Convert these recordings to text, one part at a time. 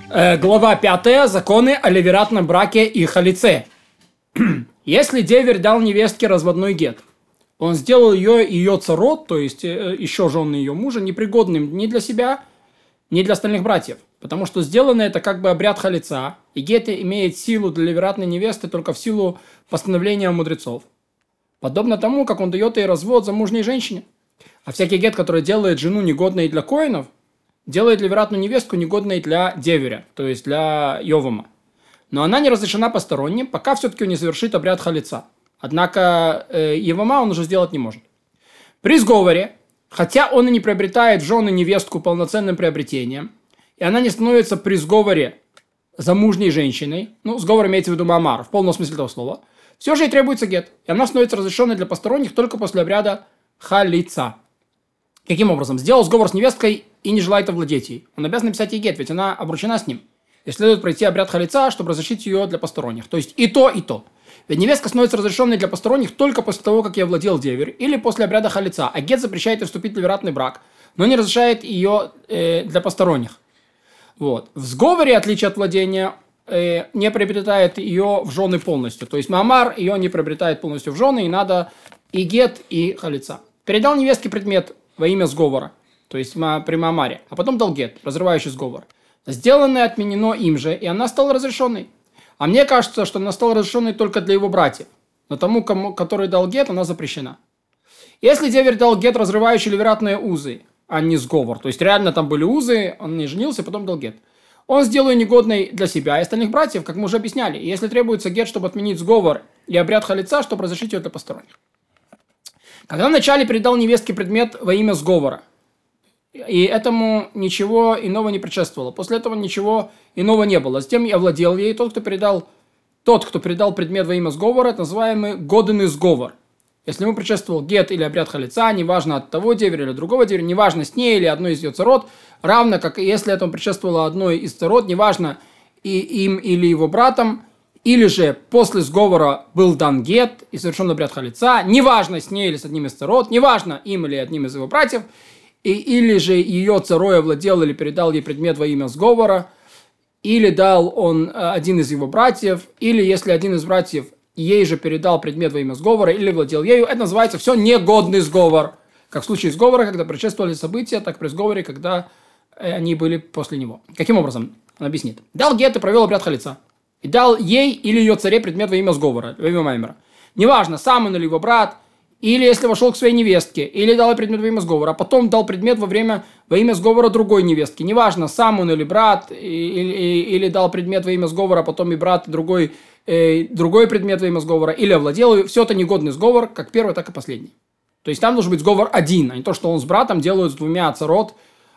Глава 5. Законы о ливератном браке и халице. Если деверь дал невестке разводной гет, он сделал ее царот, то есть еще жены ее мужа, непригодным ни для себя, ни для остальных братьев. Потому что сделано это как бы обряд халица, и гет имеет силу для ливератной невесты только в силу постановления мудрецов. Подобно тому, как он дает ей развод замужней женщине. А всякий гет, который делает жену негодной для коинов, делает ливератную невестку негодной для деверя, то есть для Йовама. Но она не разрешена посторонним, пока все-таки он не совершит обряд халица. Однако Йовама он уже сделать не может. При сговоре, хотя он и не приобретает в жены невестку полноценным приобретением, и она не становится при сговоре замужней женщиной, сговор имеется в виду мамар, в полном смысле этого слова, все же ей требуется гет, и она становится разрешенной для посторонних только после обряда халица. Каким образом? Сделал сговор с невесткой и не желает овладеть ей. Он обязан написать ей гет, ведь она обручена с ним. И следует пройти обряд халица, чтобы разрешить ее для посторонних. То есть и то, и то. Ведь невестка становится разрешенной для посторонних только после того, как ей овладел деверь, или после обряда халица. А гет запрещает ей вступить в ливератный брак, но не разрешает ее для посторонних. Вот. В сговоре, отличие от владения, не приобретает ее в жены полностью. То есть мамар ее не приобретает полностью в жены, и надо и гет, и халица. Передал невестке предмет во имя сговора, то есть при мамаре, а потом дал гет, разрывающий сговор. Сделанное отменено им же, и она стала разрешенной. А мне кажется, что она стала разрешенной только для его братьев, но тому, который дал гет, она запрещена. Если деверь дал гет, разрывающий ливератные узы, а не сговор, то есть реально там были узы, он не женился, потом дал гет, он сделал ее негодной для себя и остальных братьев, как мы уже объясняли. И если требуется гет, чтобы отменить сговор, и обряд халица, чтобы разрешить ее для посторонних. Когда вначале передал невестке предмет во имя сговора, и этому ничего иного не предшествовало, после этого ничего иного не было. Затем я овладел ей, тот, кто передал предмет во имя сговора, это называемый годный сговор. Если ему предшествовал гет или обряд халица, неважно от того деверя или другого деверя, неважно с ней или одной из ее царот, равно как и если этому предшествовало одной из царот, неважно и им или его братом, или же после сговора был дан гет и совершен обряд халица, неважно с ней или с одним из царот, неважно им или одним из его братьев, или же ее царой овладел или передал ей предмет во имя сговора, или дал он один из его братьев, или если один из братьев ей же передал предмет во имя сговора или владел ею, это называется все негодный сговор. Как в случае сговора, когда предшествовали события, так при сговоре, когда они были после него. Каким образом? Он объяснит. Дал гет и провел обряд халица. И дал ей или ее царе предмет во имя сговора, во имя маймера. Неважно, сам он или его брат, или если вошел к своей невестке, или дал ей предмет во имя сговора, а потом дал предмет во имя сговора другой невестке. Неважно, сам он или брат, или дал предмет во имя сговора, а потом и брат, другой предмет во имя сговора, или овладел ее. Все это негодный сговор, как первый, так и последний. То есть там должен быть сговор один, а не то, что он с братом делают с двумя царот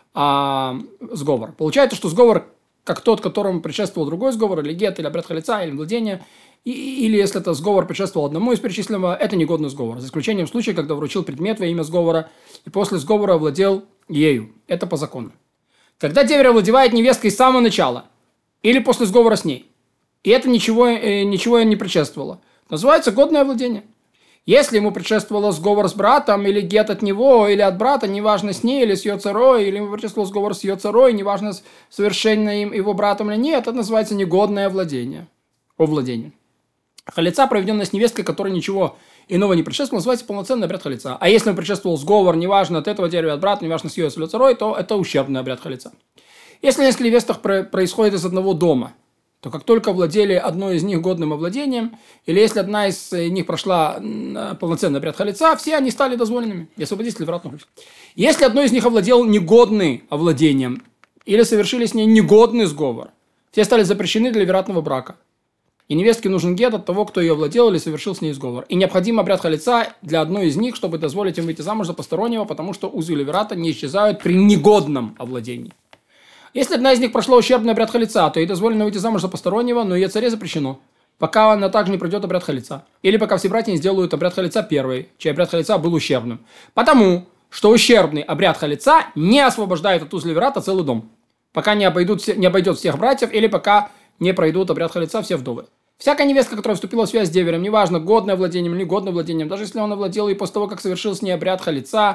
сговор. Получается, что сговор, как тот, которому предшествовал другой сговор, или гет, или обряд халица, или владение, или если это сговор предшествовал одному из перечисленного, это негодный сговор, за исключением случая, когда вручил предмет во имя сговора и после сговора овладел ею. Это по закону. Когда деверь овладевает невесткой с самого начала или после сговора с ней, и это ничего не предшествовало, называется годное владение. Если ему предшествовало сговор с братом, или гет от него, или от брата, неважно с ней, или с ее царой, или ему предшествовал сговор с ее царой, неважно совершенно им его братом или нет, это называется негодное владение. Овладение. Халица, проведенная с невесткой, которой ничего иного не предшествовало, называется полноценный обряд халица. А если ему предшествовал сговор, неважно от этого дерева, от брата, неважно с ее царой, то это ущербный обряд халица. Если несколько невесток происходит из одного дома, то как только владели одной из них годным овладением, или если одна из них прошла полноценный обряд халица, все они стали дозволенными и освободились ливератного. Если одной из них овладел негодным овладением, или совершили с ней негодный сговор, все стали запрещены для ливератного брака. И невестке нужен гет от того, кто ее владел или совершил с ней сговор. И необходим обряд халица для одной из них, чтобы дозволить им выйти замуж за постороннего, потому что узы ливерата не исчезают при негодном овладении. Если одна из них прошла ущербный обряд халица, то ей дозволено выйти замуж за постороннего, но ее царе запрещено, пока она также не пройдет обряд халица. Или пока все братья не сделают обряд халица первый, чей обряд халица был ущербным. Потому что ущербный обряд халица не освобождает от уз ливерата целый дом, пока не обойдет всех братьев, или пока не пройдут обряд халица все вдовы. Всякая невестка, которая вступила в связь с деверем, неважно, годное владением или негодным владением, даже если он овладел и после того, как совершил с ней обряд халица,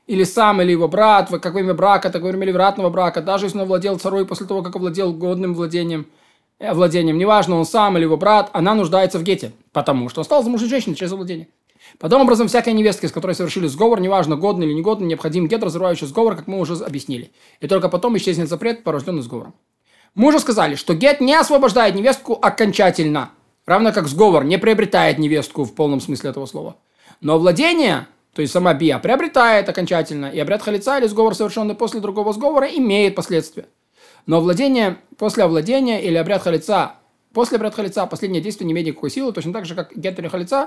или сам, или его брат, как во время брака, так во время ливератного брака, даже если он владел царой после того, как овладел годным владением, неважно, он сам или его брат, она нуждается в гете, потому что он стал замужней женщиной через владение. Подобным образом, всякая невестка, с которой совершили сговор, неважно, годный или негодный, необходим гет, разрывающий сговор, как мы уже объяснили. И только потом исчезнет запрет, порожденный сговором. Мы уже сказали, что гет не освобождает невестку окончательно, равно как сговор не приобретает невестку в полном смысле этого слова. Но владение, то есть сама бия, приобретает окончательно, и обряд халица или сговор, совершенный после другого сговора, имеет последствия. Но владение после овладения или обряд халица после обряда халица последнее действие не имеет никакой силы, точно так же, как гет или халица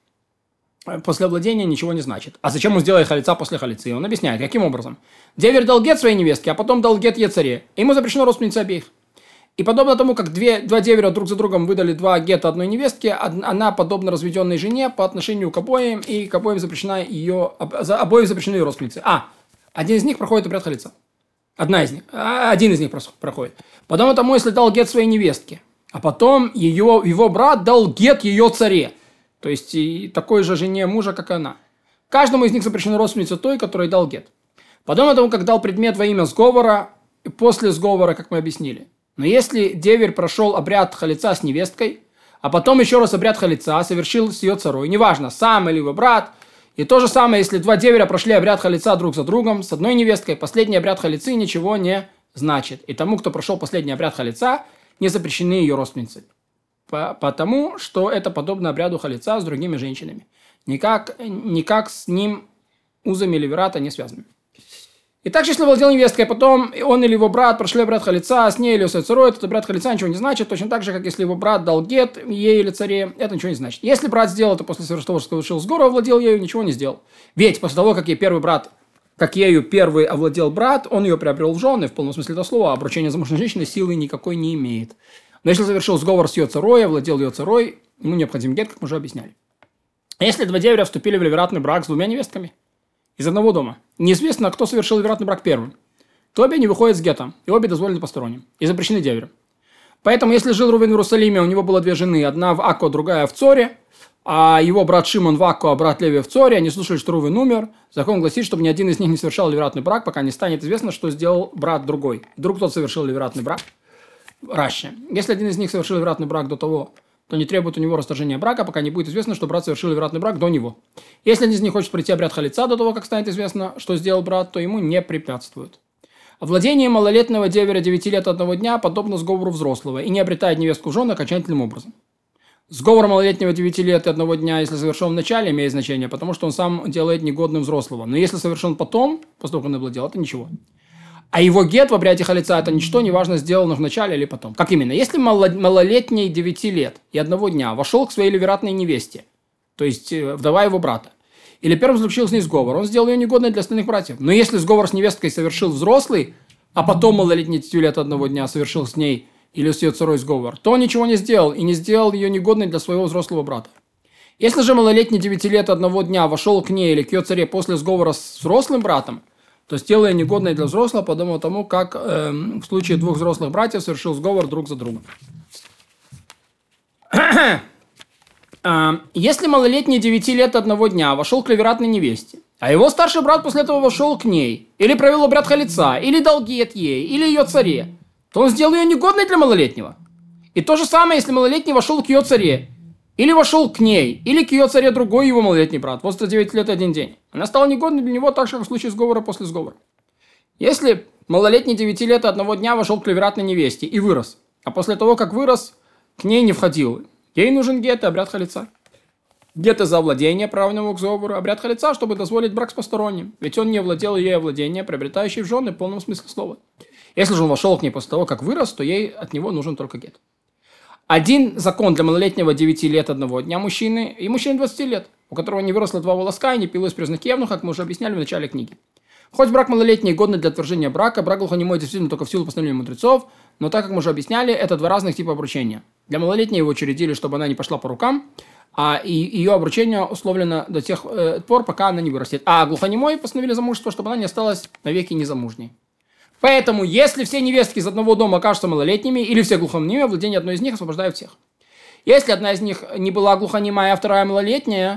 после овладения ничего не значит. А зачем он сделает халица после халицы? Он объясняет, каким образом. Деверь дал гет своей невестке, а потом дал гет ецаре. Ему запрещено родственнице обеих. И подобно тому, как два деверя друг за другом выдали два гета одной невестке, она подобна разведенной жене по отношению к обоим, и к обоим запрещена обоим запрещены ее родственницы. Один из них проходит обряд халица. Один из них проходит. Подобно тому, если дал гет своей невестке, а потом его брат дал гет ее царе. То есть и такой же жене мужа, как и она. Каждому из них запрещена родственница той, которой дал гет. Подобно тому, как дал предмет во имя сговора, и после сговора, как мы объяснили. Но если деверь прошел обряд халица с невесткой, а потом еще раз обряд халица совершил с ее царой, неважно, сам или его брат, и то же самое, если два деверя прошли обряд халица друг за другом с одной невесткой, последний обряд халицы ничего не значит. И тому, кто прошел последний обряд халица, не запрещены ее родственницы. Потому что это подобно обряду халица с другими женщинами. Никак с ним узами ливерата не связаны. И также, если владел невесткой, потом он или его брат прошли обряд халица, с ней или с царой, этот обряд халица ничего не значит, точно так же, как если его брат дал гет ей или царе, это ничего не значит. Если брат сделал это после того, что совершил сговор, овладел ею, ничего не сделал. Ведь после того, как ею первый овладел брат, он ее приобрел в жены, в полном смысле этого слова, а обручение замужней женщины силы никакой не имеет. Но если совершил сговор с ее царой, овладел ее царой, ему необходим гет, как мы уже объясняли. Если два деверя вступили в ливератный брак с двумя невестками из одного дома, неизвестно, кто совершил ливератный брак первым, то обе не выходят с гетом, и обе дозволены посторонним, и запрещены деверем. Поэтому, если жил Рувен в Иерусалиме, у него было две жены, одна в Акко, другая в Цоре, а его брат Шимон в Акко, а брат Леви в Цоре, они слушали, что Рувен умер, закон гласит, чтобы ни один из них не совершал ливератный брак, пока не станет известно, что сделал брат другой. Вдруг тот совершил ливератный брак. Раще. Если один из них совершил ливератный брак до того, то не требует у него расторжения брака, пока не будет известно, что брат совершил ливератный брак до него. Если один из них хочет пройти обряд халица до того, как станет известно, что сделал брат, то ему не препятствуют. Овладение малолетнего деверя 9 лет одного дня подобно сговору взрослого и не обретает невестку в жены окончательным образом. Сговор малолетнего 9 лет и одного дня, если совершен в начале, имеет значение, потому что он сам делает негодным взрослого. Но если совершен потом, после того, как он овладел, это ничего. А его гет в обряде халица – это ничто, неважно, сделано в начале или потом. Как именно? Если малолетний 9 лет и одного дня вошел к своей ливератной невесте, то есть вдова его брата, или первым заключил с ней сговор, он сделал ее негодной для остальных братьев. Но если сговор с невесткой совершил взрослый, а потом малолетний 9 лет одного дня совершил с ней или с ее царой сговор, то он ничего не сделал и не сделал ее негодной для своего взрослого брата. Если же малолетний 9 лет одного дня вошел к ней или к ее царе после сговора с взрослым братом, то сделая негодной для взрослого, подобно тому, как в случае двух взрослых братьев совершил сговор друг за другом. Если малолетний 9 лет одного дня вошел к ливератной невесте, а его старший брат после этого вошел к ней, или провел обряд халица, или дал гет ей, или ее царе, то он сделал ее негодной для малолетнего. И то же самое, если малолетний вошел к ее царе, или вошел к ней, или к ее царе другой его малолетний брат, возраста 9 лет и 1 день. Она стала негодной для него так же, как в случае сговора после сговора. Если малолетний 9 лет и одного дня вошел к ливератной невесте и вырос, а после того, как вырос, к ней не входил, ей нужен гет и обряд халица. Гет за овладение, правильному к сговору, обряд халица, чтобы дозволить брак с посторонним, ведь он не овладел ее овладение, приобретающей в жены в полном смысле слова. Если же он вошел к ней после того, как вырос, то ей от него нужен только гет. Один закон для малолетнего 9 лет одного дня мужчины и мужчины 20 лет, у которого не выросло 2 волоска и не пилось признаки евнуха, как мы уже объясняли в начале книги. Хоть брак малолетний годный для отвержения брака, брак глухонемой действительно только в силу постановления мудрецов, но так как мы уже объясняли, это два разных типа обручения. Для малолетней его учредили, чтобы она не пошла по рукам, а ее обручение условлено до тех пор, пока она не вырастет. А глухонемой постановили замужество, чтобы она не осталась навеки незамужней. Поэтому, если все невестки из одного дома окажутся малолетними, или все глухонемые, владение одной из них освобождает всех. Если одна из них не была глухонемая, а вторая малолетняя,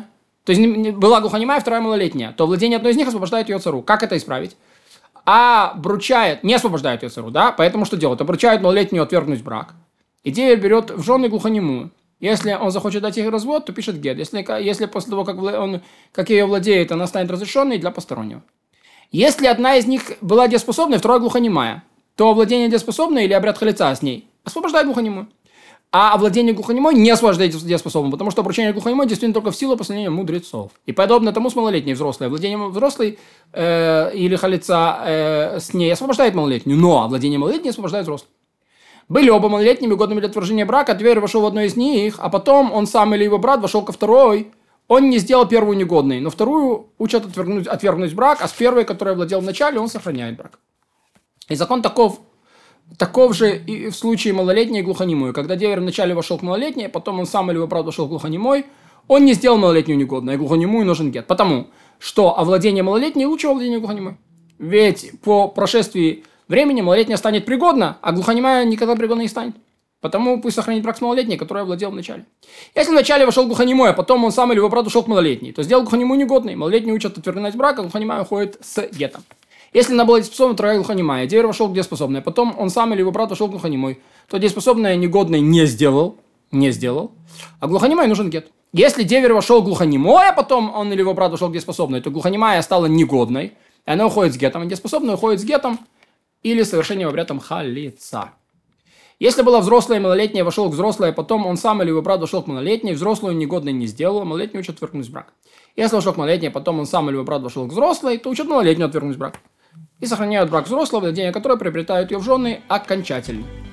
То есть была глухонемая, вторая малолетняя, то владение одной из них освобождает ее цару. Как это исправить? Обручает, не освобождает ее цару, да? Поэтому что делать? Обручает малолетнюю отвергнуть брак. И деверь берет в жены глухонемую. Если он захочет дать ей развод, то пишет гет. Если после того, как ее владеет, она станет разрешенной для постороннего. Если одна из них была дееспособной, вторая глухонемая, то владение дееспособной или обряд халица с ней освобождает глухонемую. А владение глухонемой не освобождает дееспособным, потому что обручение глухонемой действительно только в силу постановления мудрецов. И подобно тому с малолетней взрослой. Владение взрослой или халица с ней освобождает малолетнюю, но владение малолетней освобождает взрослую. Были оба малолетними, годными для отвержения брака, деверь вошел в одну из них, а потом он сам или его брат вошел ко второй. Он не сделал первую негодной, но вторую учат отвергнуть брак, а с первой, которая владел вначале, он сохраняет брак. И закон таков же и в случае малолетней и глухонемой. Когда деверь вначале вошел к малолетней, а потом он сам или его брат вошел к глухонемой, он не сделал малолетнюю негодной, а глухонемую нужен гет. Потому что овладение малолетней лучше овладения глухонемой. Ведь по прошествии времени малолетняя станет пригодна, а глухонемая никогда пригодна не станет. Потому пусть сохранит брак с малолетней, которая владел вначале. Если вначале вошел глухонемой, а потом он сам или его брат ушел к малолетней, то сделал глухонемую негодной. Малолетнюю учат отвергнуть брак, а глухонемая уходит с гетом. Если она была дееспособна, вторая глухонемая, деверь вошел к дееспособной, потом он сам или его брат вошел к глухонемой, то дееспособная негодной не сделал, а глухонемой нужен гет. Если деверь вошел к глухонемой, а потом он или его брат вошел к дееспособной, то глухонемая стала негодной, и она уходит с гетом, а дееспособная уходит с гетом или совершением обрядом халица. Если была взрослая и малолетняя, вошел к взрослой, а потом он сам или его брат вошел к малолетней, взрослую негодной не сделал, малолетнюю учат отвергнуть брак. Если вошел к малолетней, а потом он сам или его брат вошел к взрослой, то учат малолетнюю отвергнуть брак. И сохраняют брак взрослого, владение которой приобретают ее в жены окончательно.